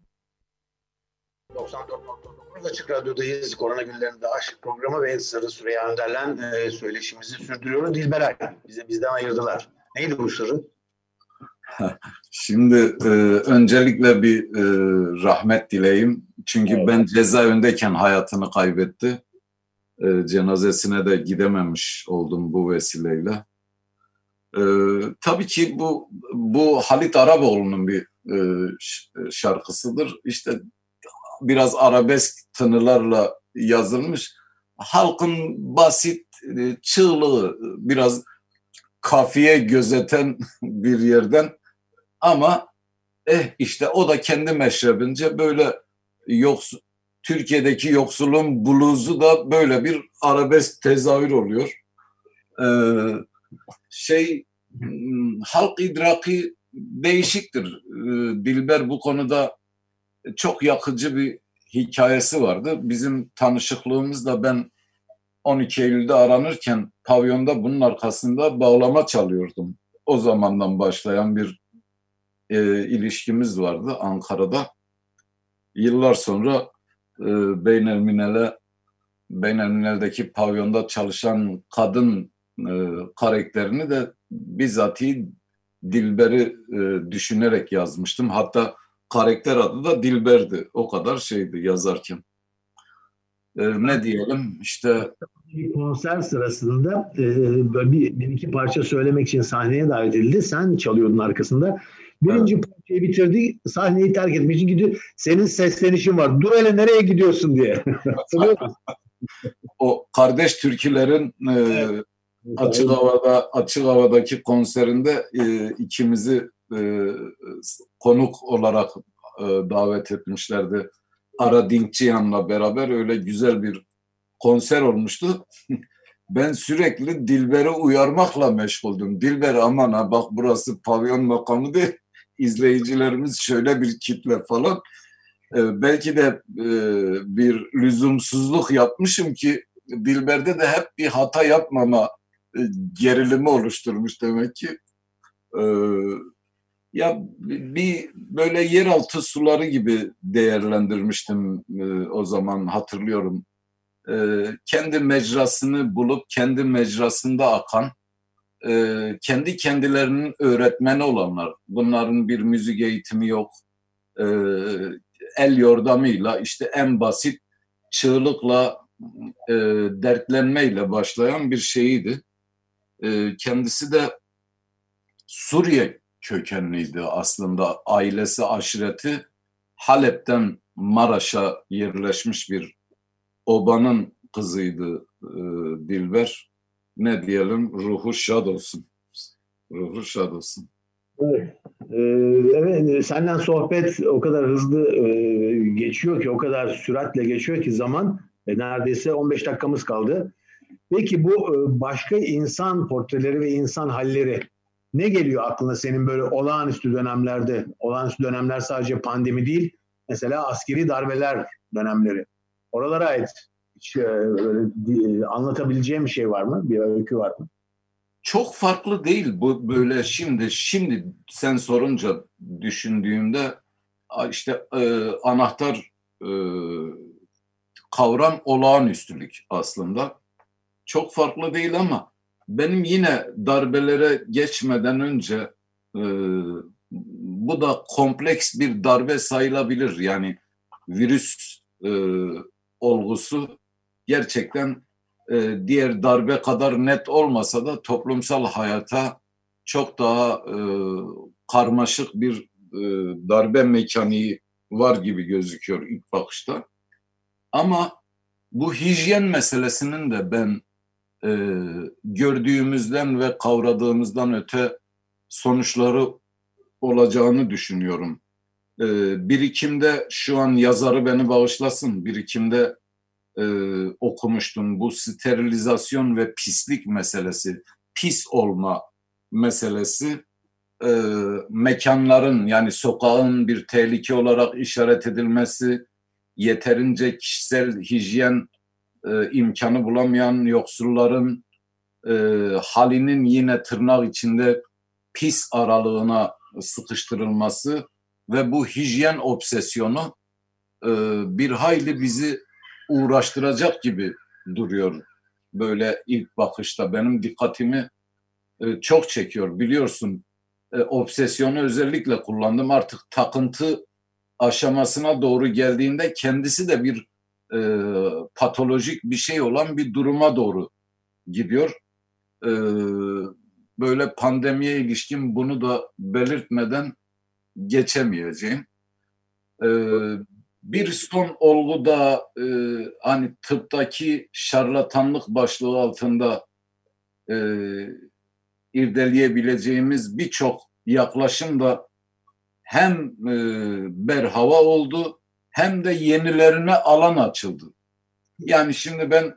94.9 Açık Radyo'dayız. Korona günlerinde aşk programı ve Sırrı Süreyya Önder'le söyleşimizi sürdürüyoruz. Dilberay bizden ayırdılar. Neydi bu sırrı? Şimdi öncelikle bir rahmet dileyim. Çünkü Evet. ben cezaevindeyken hayatını kaybetti. Cenazesine de gidememiş oldum bu vesileyle. Tabii ki bu Halit Araboğlu'nun bir şarkısıdır. İşte biraz arabesk tınılarla yazılmış. Halkın basit çığlığı, biraz kafiye gözeten bir yerden, ama işte o da kendi meşrebince böyle Türkiye'deki yoksulun bluzu da böyle bir arabesk tezahür oluyor. Halk idraki değişiktir. Dilber bu konuda çok yakıcı bir hikayesi vardı. Bizim tanışıklığımızda ben 12 Eylül'de aranırken pavyonda bunun arkasında bağlama çalıyordum. O zamandan başlayan bir ilişkimiz vardı Ankara'da. Yıllar sonra Beynelminel'deki pavyonda çalışan kadın karakterini de bizatihi Dilber'i düşünerek yazmıştım. Hatta karakter adı da Dilber'di. O kadar şeydi yazarken. Ne diyelim işte. Bir konser sırasında böyle bir iki parça söylemek için sahneye davet edildi. Sen çalıyordun arkasında. Birinci parçayı bitirdi, sahneyi terk etmek için gidiyor. Senin seslenişin var. Dur hele, nereye gidiyorsun diye. Hatırlıyor musun? O kardeş türkülerin Evet. açık havadaki konserinde ikimizi konuk olarak davet etmişlerdi. Ara Dinkçiyan'la beraber öyle güzel bir konser olmuştu. Ben sürekli Dilber'i uyarmakla meşguldüm. Dilber aman ha bak, burası pavyon makamı değil. İzleyicilerimiz şöyle bir kitle falan. Belki de bir lüzumsuzluk yapmışım ki Dilber'de de hep bir hata yapmama gerilimi oluşturmuş demek ki. Ya bir böyle yeraltı suları gibi değerlendirmiştim o zaman, hatırlıyorum. Kendi mecrasını bulup kendi mecrasında akan, kendi kendilerinin öğretmeni olanlar. Bunların bir müzik eğitimi yok. El yordamıyla, işte en basit çığlıkla, dertlenmeyle başlayan bir şeyiydi. Kendisi de Suriye kökenliydi aslında. Ailesi, aşireti Halep'ten Maraş'a yerleşmiş bir obanın kızıydı Dilber. Ne diyelim, ruhu şad olsun. Ruhu şad olsun. Evet. Evet, senden sohbet o kadar hızlı geçiyor ki, o kadar süratle geçiyor ki zaman, neredeyse 15 dakikamız kaldı. Peki bu başka insan portreleri ve insan halleri ne geliyor aklına senin böyle olağanüstü dönemlerde? Olağanüstü dönemler sadece pandemi değil, mesela askeri darbeler dönemleri. Oralara ait hiç anlatabileceğim bir şey var mı? Bir öykü var mı? Çok farklı değil bu böyle şimdi sen sorunca düşündüğümde işte anahtar kavram olağanüstülük aslında. Çok farklı değil ama benim yine darbelere geçmeden önce bu da kompleks bir darbe sayılabilir. Yani virüs olgusu gerçekten diğer darbe kadar net olmasa da toplumsal hayata çok daha karmaşık bir darbe mekaniği var gibi gözüküyor ilk bakışta. Ama bu hijyen meselesinin de ben gördüğümüzden ve kavradığımızdan öte sonuçları olacağını düşünüyorum. Birikimde, şu an yazarı beni bağışlasın, birikimde okumuştum. Bu sterilizasyon ve pislik meselesi, pis olma meselesi, mekanların, yani sokağın bir tehlike olarak işaret edilmesi, yeterince kişisel hijyen imkanı bulamayan yoksulların halinin yine tırnak içinde pis aralığına sıkıştırılması ve bu hijyen obsesyonu bir hayli bizi uğraştıracak gibi duruyor. Böyle ilk bakışta benim dikkatimi çok çekiyor. Biliyorsun obsesyonu özellikle kullandım. Artık takıntı aşamasına doğru geldiğinde kendisi de bir patolojik bir şey olan bir duruma doğru gidiyor. Böyle pandemiye ilişkin bunu da belirtmeden geçemeyeceğim. Bir son olgu da hani tıptaki şarlatanlık başlığı altında irdeleyebileceğimiz birçok yaklaşım da hem berhava oldu hem de yenilerine alan açıldı. Yani şimdi ben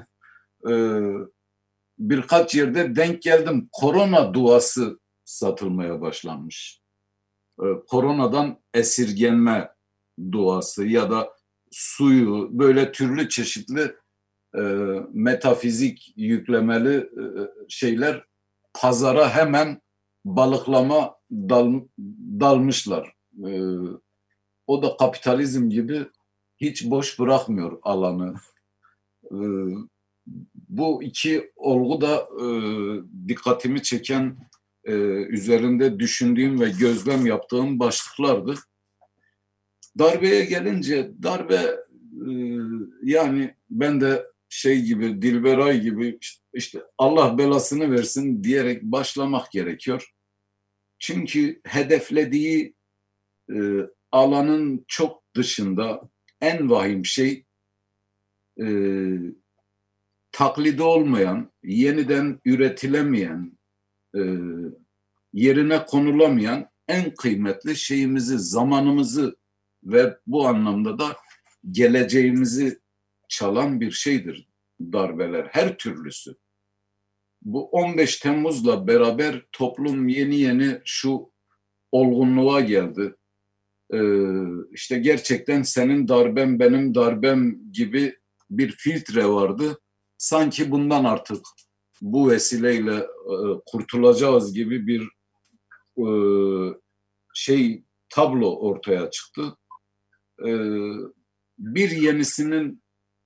birkaç yerde denk geldim. Korona duası satılmaya başlanmış. Koronadan esirgenme duası ya da suyu, böyle türlü çeşitli metafizik yüklemeli şeyler pazara hemen balıklama dalmışlar. O da kapitalizm gibi hiç boş bırakmıyor alanı. Bu iki olgu da dikkatimi çeken, üzerinde düşündüğüm ve gözlem yaptığım başlıklardı. Darbeye gelince, darbe yani ben de şey gibi, Dilberay gibi işte Allah belasını versin diyerek başlamak gerekiyor. Çünkü hedeflediği alanın çok dışında en vahim şey taklidi olmayan, yeniden üretilemeyen, yerine konulamayan en kıymetli şeyimizi, zamanımızı ve bu anlamda da geleceğimizi çalan bir şeydir darbeler, her türlüsü. Bu 15 Temmuz'la beraber toplum yeni şu olgunluğa geldi. İşte gerçekten senin darben benim darbem gibi bir filtre vardı. Sanki bundan artık bu vesileyle kurtulacağız gibi bir tablo ortaya çıktı. Bir yenisinin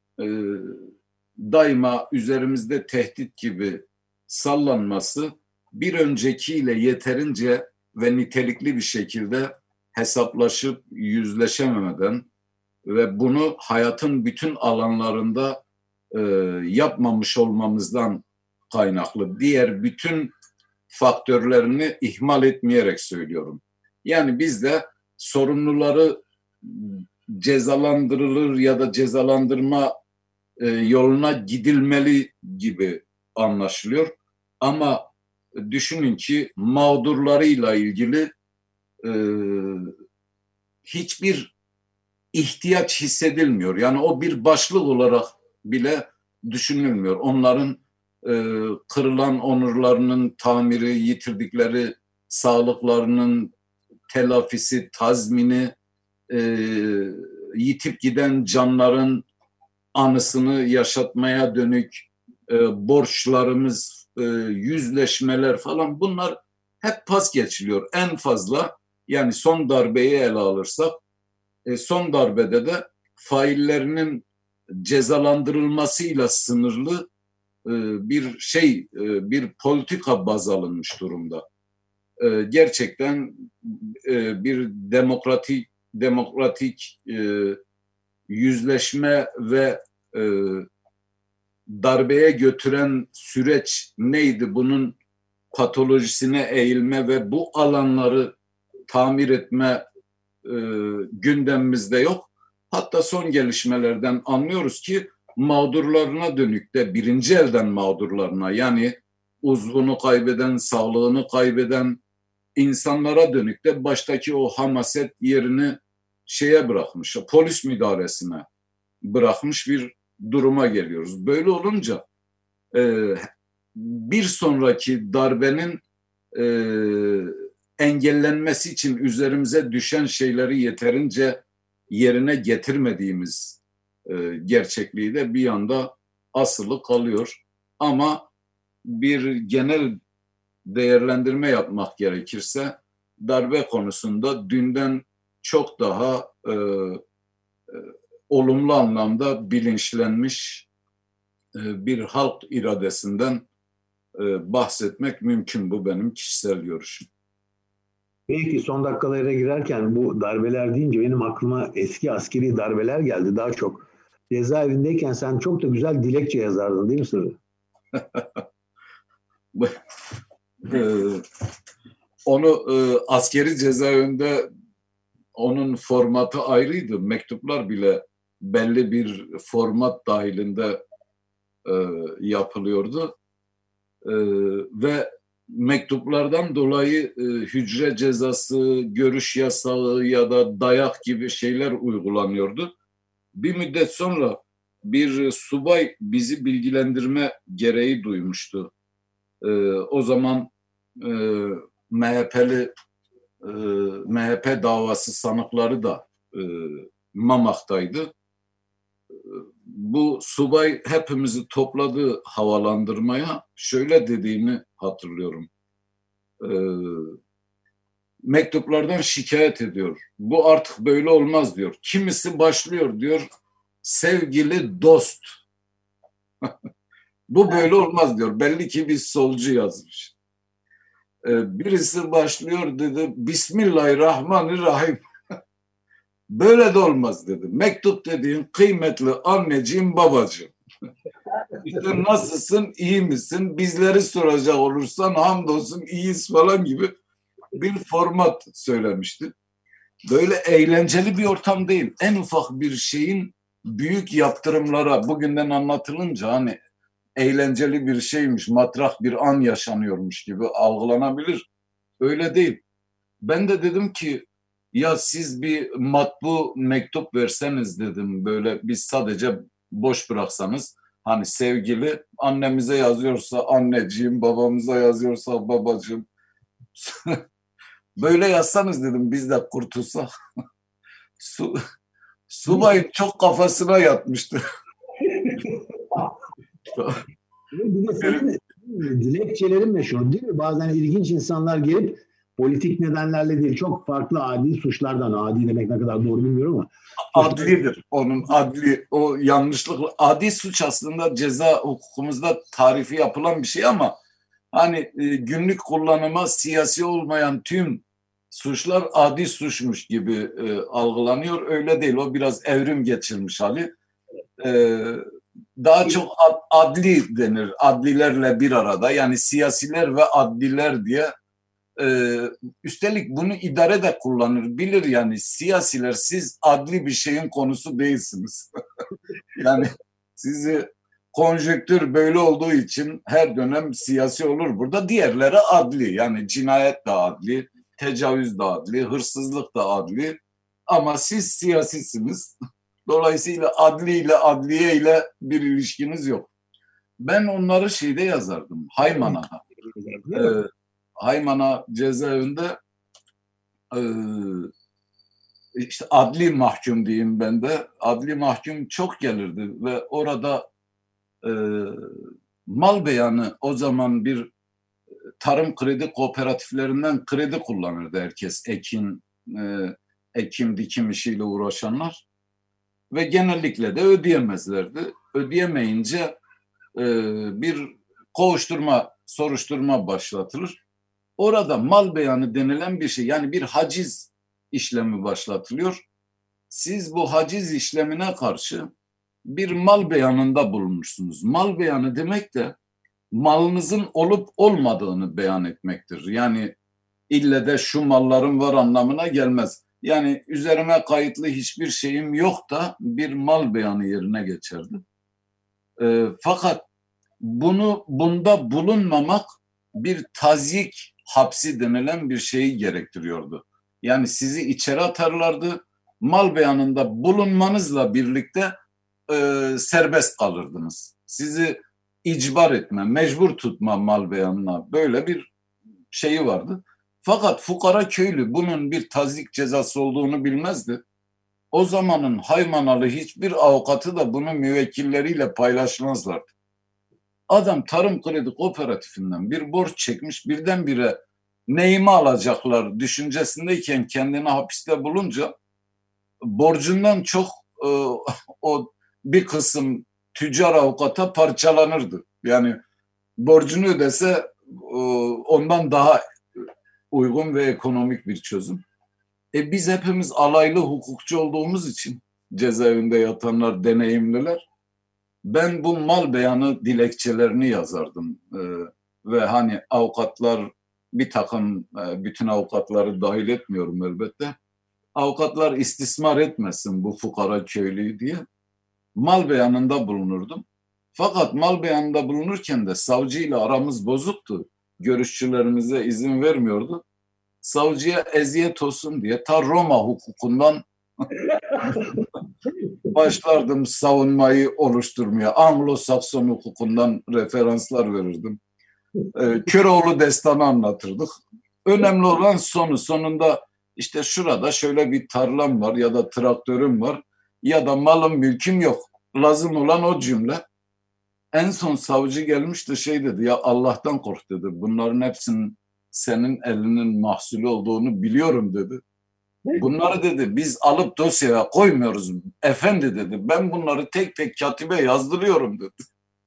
daima üzerimizde tehdit gibi sallanması bir öncekiyle yeterince ve nitelikli bir şekilde hesaplaşıp yüzleşememeden ve bunu hayatın bütün alanlarında yapmamış olmamızdan kaynaklı, diğer bütün faktörlerini ihmal etmeyerek söylüyorum. Yani biz de sorumluları cezalandırılır ya da cezalandırma yoluna gidilmeli gibi anlaşılıyor. Ama düşünün ki mağdurlarıyla ilgili hiçbir ihtiyaç hissedilmiyor. Yani o bir başlık olarak bile düşünülmüyor. Onların kırılan onurlarının tamiri, yitirdikleri sağlıklarının telafisi, tazmini, yitip giden canların anısını yaşatmaya dönük borçlarımız, yüzleşmeler falan, bunlar hep pas geçiliyor. En fazla yani son darbeyi ele alırsak son darbede de faillerinin cezalandırılmasıyla sınırlı bir politika baz alınmış durumda. Gerçekten bir demokratik yüzleşme ve darbeye götüren süreç neydi? Bunun patolojisine eğilme ve bu alanları tamir etme gündemimizde yok. Hatta son gelişmelerden anlıyoruz ki mağdurlarına dönük de, birinci elden mağdurlarına, yani uzvunu kaybeden, sağlığını kaybeden insanlara dönük de baştaki o hamaset yerini bırakmış, polis müdahalesine bırakmış bir duruma geliyoruz. Böyle olunca bir sonraki darbenin engellenmesi için üzerimize düşen şeyleri yeterince yerine getirmediğimiz gerçekliği de bir yanda asılı kalıyor. Ama bir genel değerlendirme yapmak gerekirse darbe konusunda dünden çok daha olumlu anlamda bilinçlenmiş bir halk iradesinden bahsetmek mümkün. Bu benim kişisel görüşüm. Belki son dakikalara girerken bu darbeler deyince benim aklıma eski askeri darbeler geldi daha çok. Cezaevindeyken sen çok da güzel dilekçe yazardın değil mi Sırrı? Onu askeri cezaevinde onun formatı ayrıydı. Mektuplar bile belli bir format dahilinde yapılıyordu. Ve mektuplardan dolayı hücre cezası, görüş yasağı ya da dayak gibi şeyler uygulanıyordu. Bir müddet sonra bir subay bizi bilgilendirme gereği duymuştu. O zaman MHP davası sanıkları da Mamak'taydı. Bu subay hepimizi topladı havalandırmaya. Şöyle dediğini hatırlıyorum. Mektuplardan şikayet ediyor. Bu artık böyle olmaz diyor. Kimisi başlıyor diyor. Sevgili dost. Bu böyle olmaz diyor. Belli ki bir solcu yazmış. Birisi başlıyor dedi. Bismillahirrahmanirrahim. Böyle de olmaz dedi. Mektup dediğin kıymetli anneciğim, babacığım. İşte nasılsın, iyi misin? Bizleri soracak olursan hamdolsun iyiyiz falan gibi bir format söylemişti. Böyle eğlenceli bir ortam değil. En ufak bir şeyin büyük yaptırımlara bugünden anlatılınca hani eğlenceli bir şeymiş, matrah bir an yaşanıyormuş gibi algılanabilir. Öyle değil. Ben de dedim ki ya siz bir matbu mektup verseniz dedim, böyle biz sadece boş bıraksanız, hani sevgili annemize yazıyorsa anneciğim, babamıza yazıyorsa babacığım böyle yazsanız dedim, biz de kurtulsak. Subayın çok kafasına yatmıştı. Bir de senin dilekçelerin meşhur değil mi? Bazen ilginç insanlar gelip politik nedenlerle değil, çok farklı adi suçlardan, adi demek ne kadar doğru bilmiyorum ama. Adlidir. Onun adli, o yanlışlıkla. Adi suç aslında ceza hukukumuzda tarifi yapılan bir şey ama hani günlük kullanıma siyasi olmayan tüm suçlar adi suçmuş gibi algılanıyor. Öyle değil. O biraz evrim geçirmiş hali. Daha çok adli denir. Adlilerle bir arada. Yani siyasiler ve adliler diye. Üstelik bunu idare de kullanır. Bilir yani siyasiler, siz adli bir şeyin konusu değilsiniz. Yani sizi konjektür böyle olduğu için her dönem siyasi olur burada. Diğerleri adli. Yani cinayet de adli, tecavüz de adli, hırsızlık da adli. Ama siz siyasisiniz. Dolayısıyla adli ile adliye ile bir ilişkiniz yok. Ben onları şeyde yazardım. Haymana'da. Haymana cezaevinde işte adli mahkum diyeyim ben de. Adli mahkum çok gelirdi ve orada mal beyanı, o zaman bir tarım kredi kooperatiflerinden kredi kullanırdı herkes. Ekim dikim işiyle uğraşanlar ve genellikle de ödeyemezlerdi. Ödeyemeyince bir soruşturma başlatılır. Orada mal beyanı denilen bir şey, yani bir haciz işlemi başlatılıyor. Siz bu haciz işlemine karşı bir mal beyanında bulunmuşsunuz. Mal beyanı demek de malınızın olup olmadığını beyan etmektir. Yani ille de şu mallarım var anlamına gelmez. Yani üzerime kayıtlı hiçbir şeyim yok da bir mal beyanı yerine geçerdi. Fakat bunda bulunmamak bir tazyik hapsi denilen bir şeyi gerektiriyordu. Yani sizi içeri atarlardı, mal beyanında bulunmanızla birlikte serbest kalırdınız. Sizi icbar etme, mecbur tutma mal beyanına, böyle bir şeyi vardı. Fakat fukara köylü bunun bir tazyik cezası olduğunu bilmezdi. O zamanın Haymanalı hiçbir avukatı da bunu müvekkilleriyle paylaşmazlardı. Adam tarım kredi kooperatifinden bir borç çekmiş, birdenbire neyimi alacaklar düşüncesindeyken kendini hapiste bulunca borcundan çok o bir kısım tüccar avukata parçalanırdı. Yani borcunu ödese ondan daha uygun ve ekonomik bir çözüm. Biz hepimiz alaylı hukukçu olduğumuz için cezaevinde yatanlar deneyimliler. Ben bu mal beyanı dilekçelerini yazardım. Ve hani avukatlar bir takım, bütün avukatları dahil etmiyorum elbette. Avukatlar istismar etmesin bu fukara köylüyü diye mal beyanında bulunurdum. Fakat mal beyanında bulunurken de savcıyla aramız bozuktu. Görüşçülerimize izin vermiyordu. Savcıya eziyet olsun diye ta Roma hukukundan başlardım savunmayı oluşturmaya. Anglo-Sakson hukukundan referanslar verirdim. Köroğlu destanı anlatırdık. Önemli olan sonunda işte şurada şöyle bir tarlam var ya da traktörüm var ya da malım mülküm yok. Lazım olan o cümle. En son savcı gelmişti dedi ya Allah'tan kork dedi. Bunların hepsinin senin elinin mahsulü olduğunu biliyorum dedi. Bunları dedi biz alıp dosyaya koymuyoruz efendi dedi. Ben bunları tek tek katibe yazdırıyorum dedi.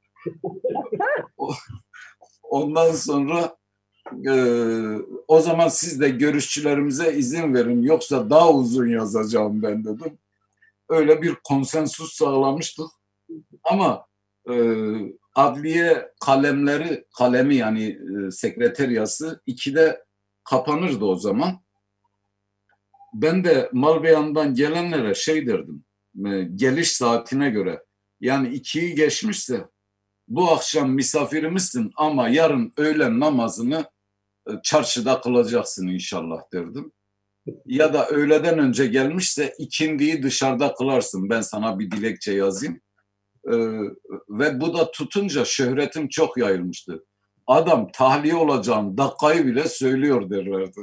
Ondan sonra o zaman siz de görüşçülerimize izin verin yoksa daha uzun yazacağım ben dedim. Öyle bir konsensus sağlamıştık. Ama adliye kalemi yani sekreteryası 2'de kapanırdı o zaman. Ben de mal beyanından gelenlere derdim. Geliş saatine göre. Yani 2'yi geçmişse bu akşam misafirimizsin ama yarın öğlen namazını çarşıda kılacaksın inşallah derdim. Ya da öğleden önce gelmişse ikindiyi dışarıda kılarsın. Ben sana bir dilekçe yazayım. Ve bu da tutunca şöhretim çok yayılmıştı. Adam tahliye olacağım dakikayı bile söylüyor derlerdi.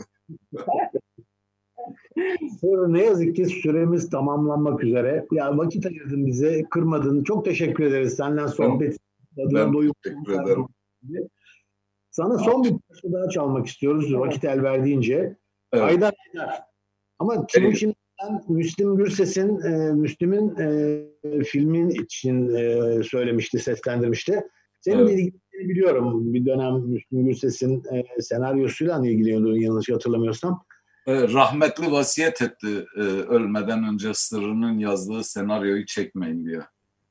Ne yazık ki süremiz tamamlanmak üzere. Ya vakit ayırdın bize, kırmadın. Çok teşekkür ederiz. Senden sohbet. Ben teşekkür ederim. Sana son bir parça daha çalmak istiyoruz vakit el verdiğince. Evet. Haydar. Ama Timuçin'den Müslüm Gürses'in Müslüm'ün filmin için söylemişti, seslendirmişti. Senin ilgilendiğini biliyorum. Bir dönem Müslüm Gürses'in senaryosuyla ilgileniyordu yanlış hatırlamıyorsam. Rahmetli vasiyet etti ölmeden önce Sırrı'nın yazdığı senaryoyu çekmeyin diye.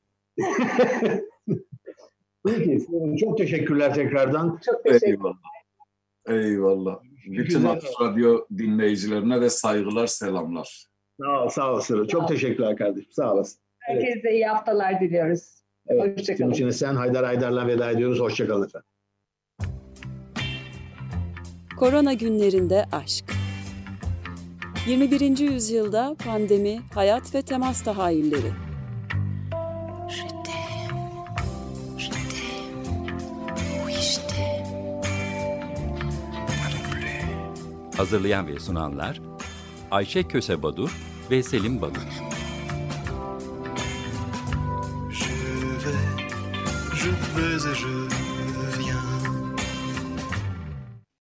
Peki, çok teşekkürler tekrardan. Çok teşekkürler. Eyvallah. Bütün radyo dinleyicilerine de saygılar, selamlar. Sağ ol Sırrı. Çok teşekkürler kardeşim. Sağ olasın. Herkese iyi haftalar diliyoruz. Evet, hoşçakalın. Timuçin Esen, Haydar Haydar'la veda ediyoruz. Hoşçakalın efendim. Korona günlerinde aşk. 21. yüzyılda pandemi, hayat ve temas tahayyülleri. Hazırlayan ve sunanlar Ayşe Köse Badur ve Selim Badur. Je vais et je